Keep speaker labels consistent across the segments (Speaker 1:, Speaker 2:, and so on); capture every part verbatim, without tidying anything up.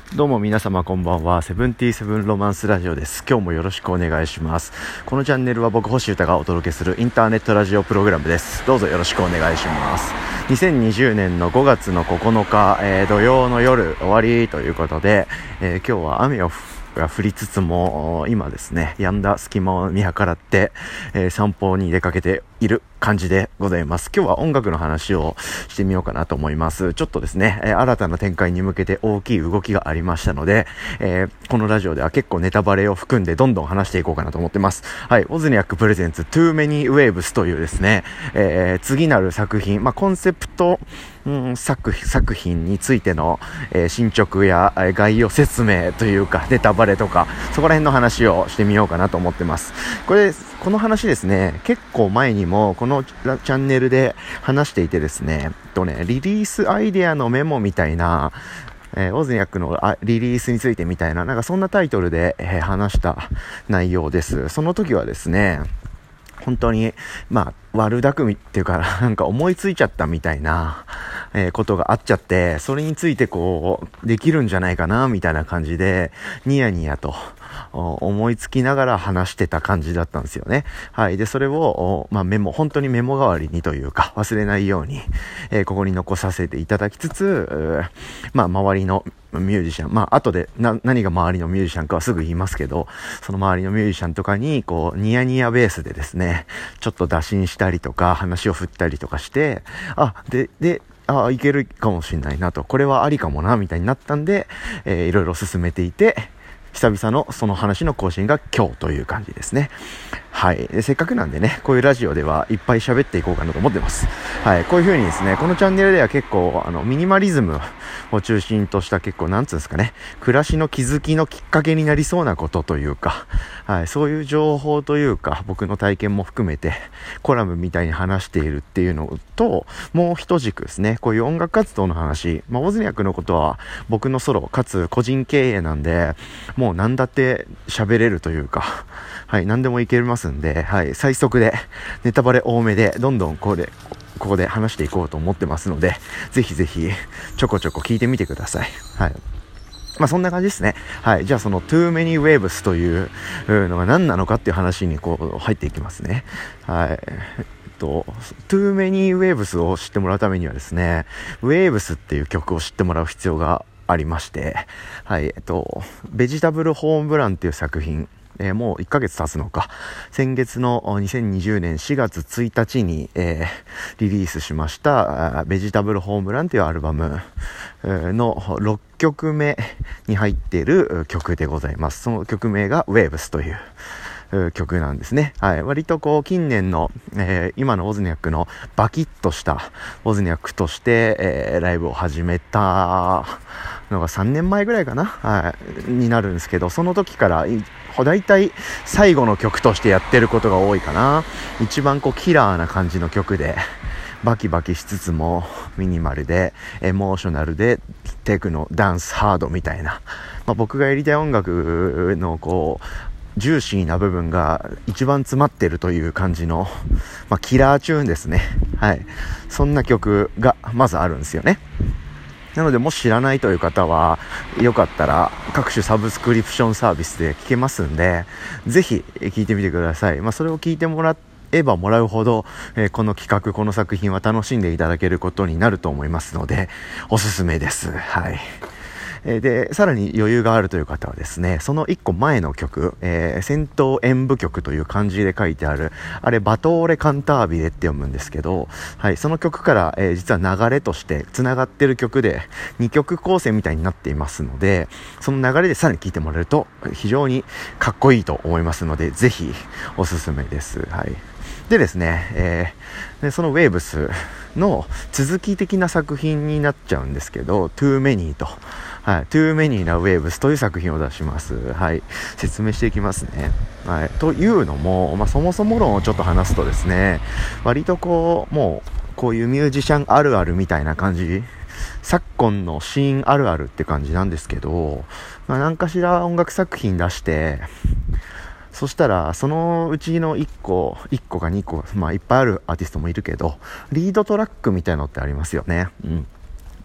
Speaker 1: どうも皆様こんばんは。セブンティーセブンロマンスラジオです。今日もよろしくお願いします。このチャンネルは僕星歌がお届けするインターネットラジオプログラムです。どうぞよろしくお願いします。にせんにじゅうねんのごがつのここのか、えー、土曜の夜終わりということで、えー、今日は雨をが降りつつも今ですね、止んだ隙間を見計らって、えー、散歩に出かけている感じでございます。今日は音楽の話をしてみようかなと思います。ちょっとですね、えー、新たな展開に向けて大きい動きがありましたので、えー、このラジオでは結構ネタバレを含んでどんどん話していこうかなと思ってます。はい、オズニャックプレゼンツ Too Many Waves というですね、えー、次なる作品、まあ、コンセプトうん、作, 作品についての、えー、進捗や、えー、概要説明というかネタバレとかそこら辺の話をしてみようかなと思ってます。これこの話ですね、結構前にもこのチャンネルで話していてですね、とねリリースアイデアのメモみたいな、えー、オズニャックのリリースについてみたいな、なんかそんなタイトルで、えー、話した内容です。その時はですね、本当にまあ悪巧みっていうかなんか思いついちゃったみたいな、えー、ことがあっちゃって、それについてこうできるんじゃないかなみたいな感じでニヤニヤと思いつきながら話してた感じだったんですよね。はい。でそれをまあメモ本当にメモ代わりにというか忘れないように、えー、ここに残させていただきつつ、まあ周りのミュージシャン、まあ後でな何が周りのミュージシャンかはすぐ言いますけど、その周りのミュージシャンとかにこうニヤニヤベースでですね、ちょっと打診したりとか話を振ったりとかして、あでであいけるかもしれないなと、これはありかもなみたいになったんで、えー、いろいろ進めていて、久々のその話の更新が今日という感じですね。はい。でせっかくなんでね、こういうラジオではいっぱい喋っていこうかなと思ってます。はい。こういう風にですね、このチャンネルでは結構あのミニマリズムを中心とした結構なんつうんですかね、暮らしの気づきのきっかけになりそうなことというか、はい、そういう情報というか僕の体験も含めてコラムみたいに話しているっていうのと、もう一軸ですね、こういう音楽活動の話、まあオズニャックのことは僕のソロかつ個人経営なんで、もう何だって喋れるというか、はい、何でもいけますんで、はい、最速でネタバレ多めでどんどんこれここで話していこうと思ってますので、ぜひぜひちょこちょこ聞いてみてください。はい。まあそんな感じですね。はい。じゃあその Too Many Waves というのが何なのかっていう話にこう入っていきますね。はい。えっと Too Many Waves を知ってもらうためにはですね、Waves っていう曲を知ってもらう必要がありまして、はい。えっとベジタブルホームブランっていう作品、えー、もういっかげつ経つのか、先月のにせんにじゅうねんしがつついたちに、えー、リリースしましたベジタブルホームランというアルバムのろっきょくめに入っている曲でございます。その曲名が Waves という曲なんですね。はい、割とこう近年の、えー、今のオズニャックのバキッとしたオズニャックとして、えー、ライブを始めたのがさんねんまえぐらいかな、はい、になるんですけど、その時からだいたい最後の曲としてやってることが多いかな。一番こうキラーな感じの曲で、バキバキしつつもミニマルでエモーショナルでテクノダンスハードみたいな、まあ、僕がやりたい音楽のこうジューシーな部分が一番詰まってるという感じの、まあ、キラーチューンですね。はい、そんな曲がまずあるんですよね。なのでもし知らないという方はよかったら各種サブスクリプションサービスで聞けますんで、ぜひ聞いてみてください。まあ、それを聞いてもらえばもらうほど、えー、この企画この作品は楽しんでいただけることになると思いますのでおすすめです。はい。でさらに余裕があるという方はですね、そのいっこまえの曲、えー、戦闘演舞曲という漢字で書いてあるあれバトーレカンタービレって読むんですけど、はい、その曲から、えー、実は流れとしてつながってる曲でにきょく構成みたいになっていますので、その流れでさらに聴いてもらえると非常にかっこいいと思いますので、ぜひおすすめです。はい。でですね、えー、でその Waves の続き的な作品になっちゃうんですけど、 Too Many と、はい、Too Many な Waves という作品を出します。はい、説明していきますね。はい、というのも、まあ、そもそも論をちょっと話すとですね、割とこうもうこういうミュージシャンあるあるみたいな感じ、昨今のシーンあるあるって感じなんですけど、まあ、何かしら音楽作品出して、そしたらそのうちのいっこいっこかにこ、まあいっぱいあるアーティストもいるけど、リードトラックみたいなのってありますよね。うん、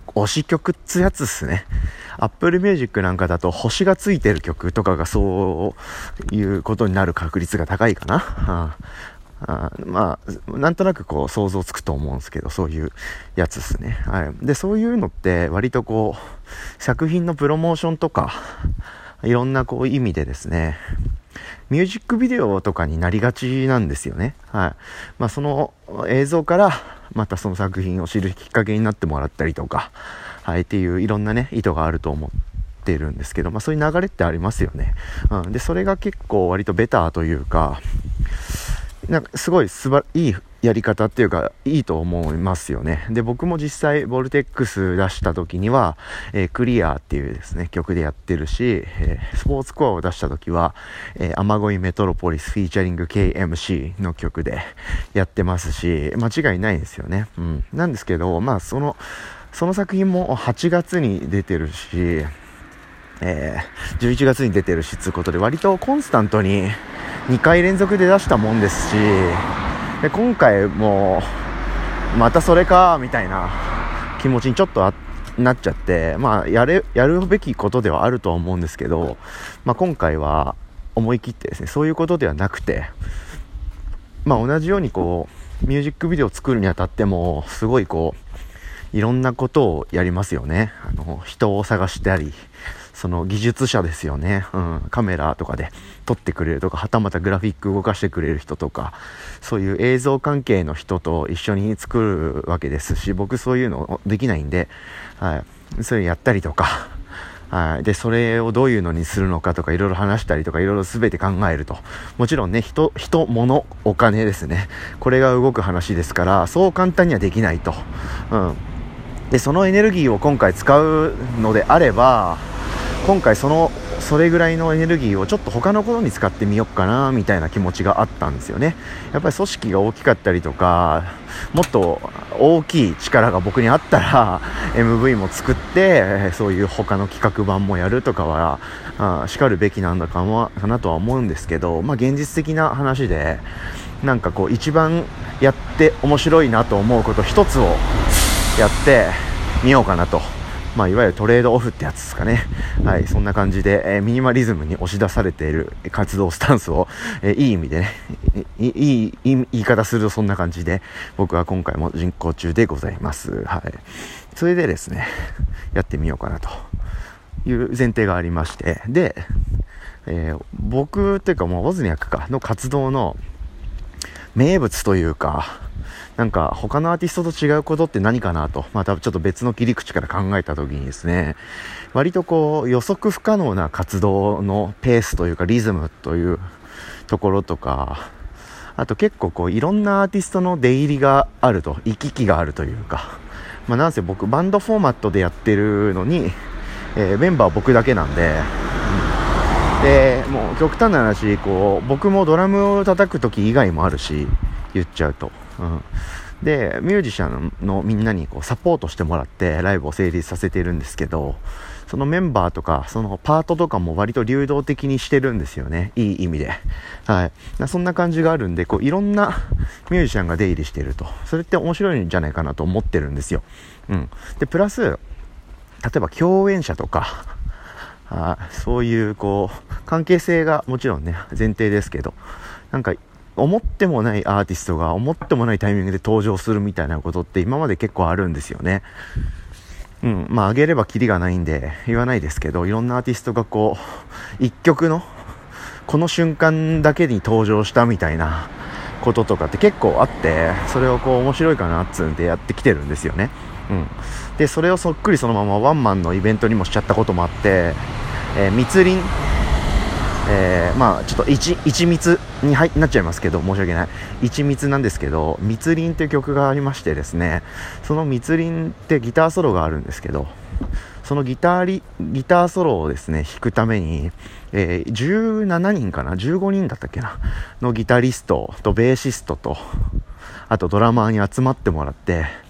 Speaker 1: 推し曲っつやつっすね。Apple Music なんかだと星がついてる曲とかがそういうことになる確率が高いかな。はああまあなんとなくこう想像つくと思うんですけど、そういうやつですね。はい。でそういうのって割とこう作品のプロモーションとかいろんなこう意味でですね、ミュージックビデオとかになりがちなんですよね。はい。まあその映像からまたその作品を知るきっかけになってもらったりとか、はいっていういろんなね意図があると思ってるんですけど、まあそういう流れってありますよね。うん。でそれが結構割とベターというか。なんかすごいすばいいやり方っていうかいいと思いますよね。で僕も実際ボルテックス出した時には、えー、クリアっていうですね曲でやってるし、えー、スポーツコアを出した時は、えー、雨乞いメトロポリスフィーチャリング ケーエムシー の曲でやってますし、間違いないですよね。うん。なんですけどまあそのその作品もはちがつに出てるし、えー、じゅういちがつに出てるしつうことで割とコンスタントににかい連続で出したもんですし、で今回もまたそれかみたいな気持ちにちょっとあなっちゃって、まあやれやるべきことではあるとは思うんですけど、まあ今回は思い切ってですねそういうことではなくて、まあ同じようにこうミュージックビデオを作るにあたってもすごいこういろんなことをやりますよね。あの人を探したり、その技術者ですよね、うん、カメラとかで撮ってくれるとか、はたまたグラフィック動かしてくれる人とか、そういう映像関係の人と一緒に作るわけですし、僕そういうのできないんで、はい、それやったりとか、はい、でそれをどういうのにするのかとかいろいろ話したりとかいろいろ全て考えると、もちろんね人、人、物、お金ですね、これが動く話ですからそう簡単にはできないと、うん、でそのエネルギーを今回使うのであれば、今回そのそれぐらいのエネルギーをちょっと他のことに使ってみようかなみたいな気持ちがあったんですよね。やっぱり組織が大きかったりとか、もっと大きい力が僕にあったら エムブイ も作ってそういう他の企画版もやるとかはあしかるべきなんだかもかなとは思うんですけど、まあ現実的な話でなんかこう一番やって面白いなと思うこと一つをやってみようかなと、まあ、いわゆるトレードオフってやつですかね。はい、そんな感じで、えー、ミニマリズムに押し出されている活動スタンスを、えー、いい意味でね、いい、いい言い方するとそんな感じで僕は今回も進行中でございます。はい。それでですね、やってみようかなという前提がありまして、で、えー、僕っていうかもうウォズニャックかの活動の名物というか、なんか他のアーティストと違うことって何かなと、またちょっと別の切り口から考えた時にですね、割とこう予測不可能な活動のペースというかリズムというところとか、あと結構こういろんなアーティストの出入りがあると、行き来があるというか、まあなんせ僕バンドフォーマットでやってるのに、えー、メンバー僕だけなんで、うん、でもう極端な話、こう僕もドラムを叩く時以外もあるし、言っちゃうと、うん、でミュージシャンのみんなにこうサポートしてもらってライブを成立させているんですけど、そのメンバーとかそのパートとかも割と流動的にしてるんですよね、いい意味で。はい、そんな感じがあるんで、こういろんなミュージシャンが出入りしていると、それって面白いんじゃないかなと思ってるんですよ。うん、でプラス例えば共演者とか、あそういうこう関係性がもちろんね前提ですけど、なんか思ってもないアーティストが思ってもないタイミングで登場するみたいなことって今まで結構あるんですよね。うん、まああげればキリがないんで言わないですけど、いろんなアーティストがこう一曲のこの瞬間だけに登場したみたいなこととかって結構あって、それをこう面白いかなっつうんでやってきてるんですよね。うん、でそれをそっくりそのままワンマンのイベントにもしちゃったこともあって、えー、密林えー、まあちょっと一一密に入なっちゃいますけど申し訳ない、一密なんですけど、密林という曲がありましてですね、その密林ってギターソロがあるんですけど、そのギターリギターソロをですね弾くために、えー、じゅうななにんかなじゅうごにんだったっけなのギタリストとベーシストとあとドラマーに集まってもらって、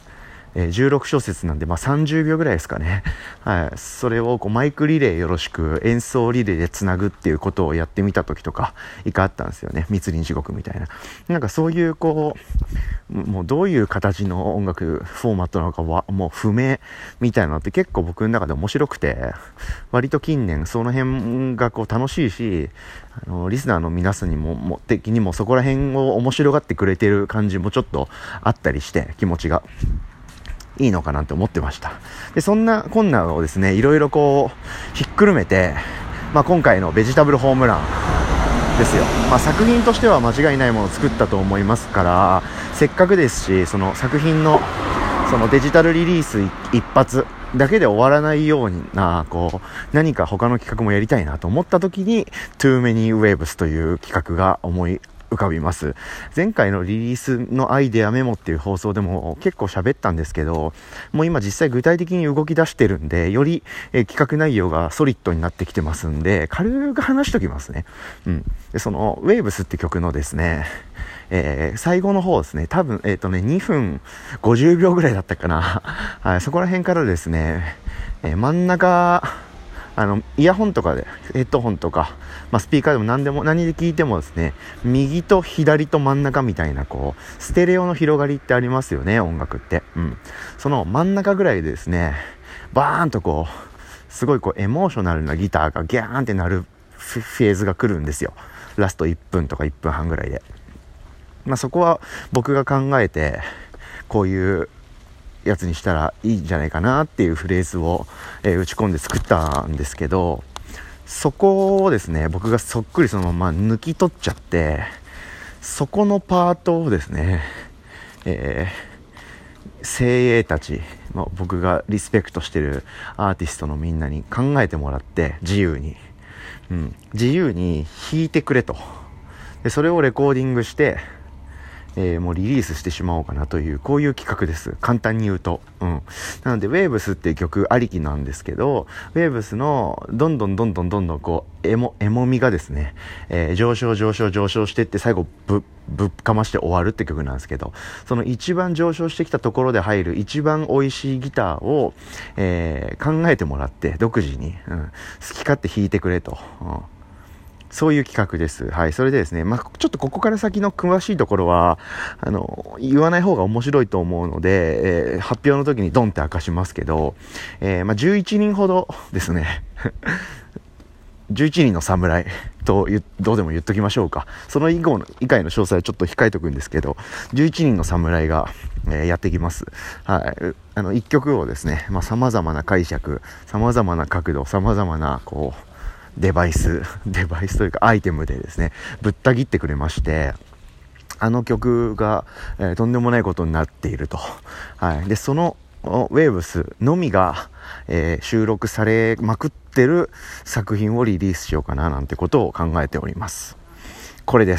Speaker 1: えー、じゅうろくしょせつなんで、まあ、さんじゅうびょうぐらいですかね。はい。それをこうマイクリレーよろしく演奏リレーでつなぐっていうことをやってみた時とか、一回あったんですよね。密林地獄みたいな。なんかそういうこう、もうどういう形の音楽フォーマットなのかはもう不明みたいなのって結構僕の中で面白くて、割と近年その辺がこう楽しいし、あのリスナーの皆さんにもも的にもそこら辺を面白がってくれてる感じもちょっとあったりして、気持ちがいいのかなって思ってました。でそんなこんなをですね、いろいろこうひっくるめて、まあ、今回のベジタブルホームランですよ。まあ、作品としては間違いないものを作ったと思いますから、せっかくですし、その作品のそのデジタルリリース一発だけで終わらないような、こう何か他の企画もやりたいなと思った時に Too Many Waves という企画が思い浮かびます。前回のリリースのアイデアメモっていう放送でも結構喋ったんですけど、もう今実際具体的に動き出してるんで、より、えー、企画内容がソリッドになってきてますんで、軽く話しときますね。うん。でその Waves って曲のですね、えー、最後の方ですね、多分えっとねにふんごじゅうびょうぐらいだったかな。はい、そこら辺からですね、えー、真ん中あのイヤホンとかでヘッドホンとか、まあ、スピーカーでも何でも何で聞いてもですね、右と左と真ん中みたいなこうステレオの広がりってありますよね、音楽って。うん、その真ん中ぐらいでですね、バーンとこうすごいこうエモーショナルなギターがギャーンってなるフェーズが来るんですよ。ラストいっぷんとかいっぷんはんぐらいで、まあ、そこは僕が考えてこういうやつにしたらいいんじゃないかなっていうフレーズを、えー、打ち込んで作ったんですけど、そこをですね僕がそっくりそのまま抜き取っちゃって、そこのパートをですね、えー、精鋭たち、まあ、僕がリスペクトしてるアーティストのみんなに考えてもらって、自由に、うん、自由に弾いてくれと。でそれをレコーディングしてえー、もうリリースしてしまおうかなという、こういう企画です。簡単に言うと、うん、なので Waves っていう曲ありきなんですけど、 Waves のどんどんどんどんどんどんこうエモエモみがですね、えー、上昇上昇上昇してって最後ぶぶっかまして終わるって曲なんですけど、その一番上昇してきたところで入る一番美味しいギターを、えー、考えてもらって独自に、うん、好き勝手弾いてくれと、うんそういう企画です。はい。それでですね、まあ、ちょっとここから先の詳しいところは、あの、言わない方が面白いと思うので、えー、発表の時にドンって明かしますけど、えー、まあ、じゅういちにんほどですね、じゅういちにんの侍とどうでも言っときましょうか。その以後の、以外の詳細はちょっと控えとくんですけど、じゅういちにんの侍が、えー、やってきます。はい。あの、いっきょくをですね、まあ、様々な解釈、様々な角度、様々な、こう、デバイスデバイスというかアイテムでですねぶった切ってくれまして、あの曲が、えー、とんでもないことになっていると。はい。でそのWavesのみが、えー、収録されまくってる作品をリリースしようかななんてことを考えております。これです。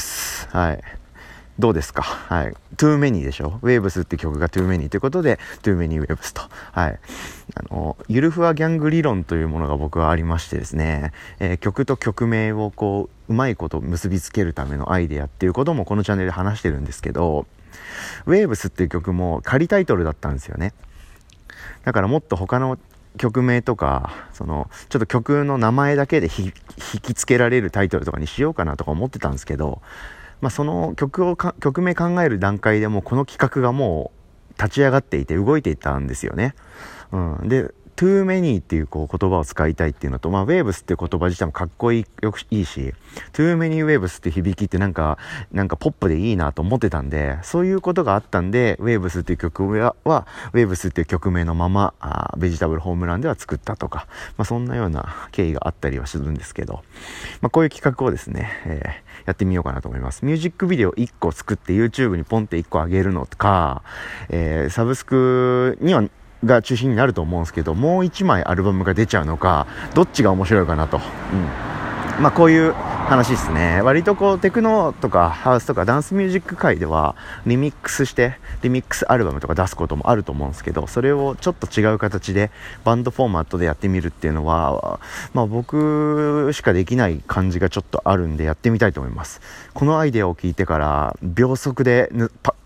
Speaker 1: はい。どうですか。はい。Too Many でしょ。Waves って曲が Too Many ということで Too Many Waves と。はい。あの、ゆるふわギャング理論というものが僕はありましてですね、えー、曲と曲名をこう、うまいこと結びつけるためのアイデアっていうこともこのチャンネルで話してるんですけど、Waves っていう曲も仮タイトルだったんですよね。だからもっと他の曲名とか、そのちょっと曲の名前だけで引きつけられるタイトルとかにしようかなとか思ってたんですけど、まあ、その曲をか曲名考える段階でもこの企画がもう立ち上がっていて動いていたんですよね。うん、でToo Many っていうこう言葉を使いたいっていうのと、まあ Waves っていう言葉自体もかっこいい、よくいいし、Too Many Waves って響きってなんかなんかポップでいいなと思ってたんで、そういうことがあったんで Waves っていう曲は Waves っていう曲名のままあベジタブルホームランでは作ったとか、まあそんなような経緯があったりはするんですけど、まあこういう企画をですね、えー、やってみようかなと思います。ミュージックビデオいっこ作って YouTube にポンっていっこ上げるのとか、えー、サブスクにはが中心になると思うんですけど、もう一枚アルバムが出ちゃうのか、どっちが面白いかなと。うん。まあこういう話ですね。割とこうテクノとかハウスとかダンスミュージック界ではリミックスしてリミックスアルバムとか出すこともあると思うんですけど、それをちょっと違う形でバンドフォーマットでやってみるっていうのは、まあ僕しかできない感じがちょっとあるんでやってみたいと思います。このアイデアを聞いてから秒速でパ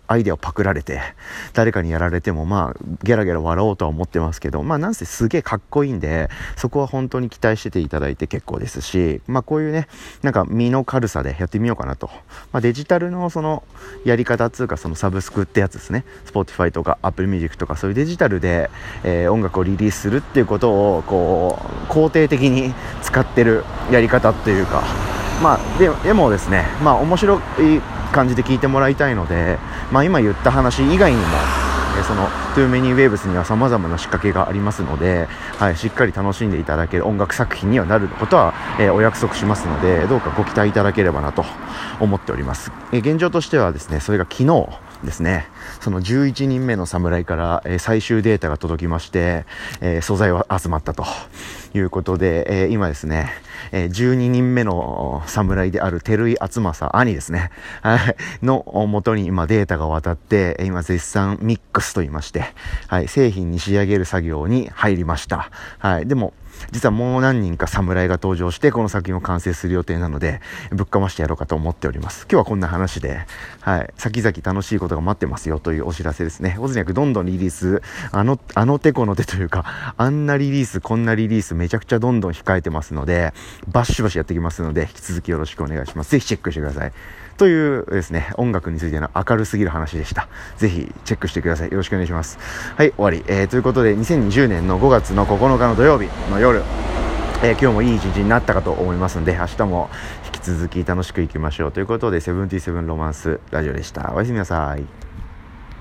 Speaker 1: アイデアをパクられて誰かにやられてもまあゲラゲラ笑おうとは思ってますけど、まあなんせすげえかっこいいんで、そこは本当に期待してていただいて結構ですし、まあこういうねなんか身の軽さでやってみようかなと、まあ、デジタルのそのやり方つうか、そのサブスクってやつですね、 Spotify とか Apple Music とかそういうデジタルで、えー、音楽をリリースするっていうことをこう肯定的に使ってるやり方っていうか、まあ で, でもですね、まあ面白い感じで聞いてもらいたいので、まあ今言った話以外にもえー、その Too Many Waves には様々な仕掛けがありますので、はい、しっかり楽しんでいただける音楽作品にはなることは、えー、お約束しますので、どうかご期待いただければなと思っております。えー、現状としてはですね、それが昨日ですね、そのじゅういちにんめの侍から、えー、最終データが届きまして、えー、素材は集まったということで、えー、今ですね、えー、じゅうににんめの侍である照井敦正兄ですね、はい、の元に今データが渡って、今絶賛ミックスと言いまして、はい、製品に仕上げる作業に入りました。はい、でも実はもう何人か侍が登場してこの作品を完成する予定なので、ぶっかましてやろうかと思っております。今日はこんな話で、はい、先々楽しいことが待ってますよというお知らせですね。オズニャクどんどんリリース、あのあの手この手というか、あんなリリースこんなリリースめちゃくちゃどんどん控えてますので、バッシュバシやってきますので、引き続きよろしくお願いします。ぜひチェックしてくださいというですね、音楽についての明るすぎる話でした。ぜひチェックしてください。よろしくお願いします。はい、終わり。えー、ということでにせんにじゅうねんのごがつのここのかの土曜日の夜、えー、今日もいい一日になったかと思いますので、明日も引き続き楽しくいきましょうということで、セブンティーセブンロマンスラジオでした。おやすみなさい。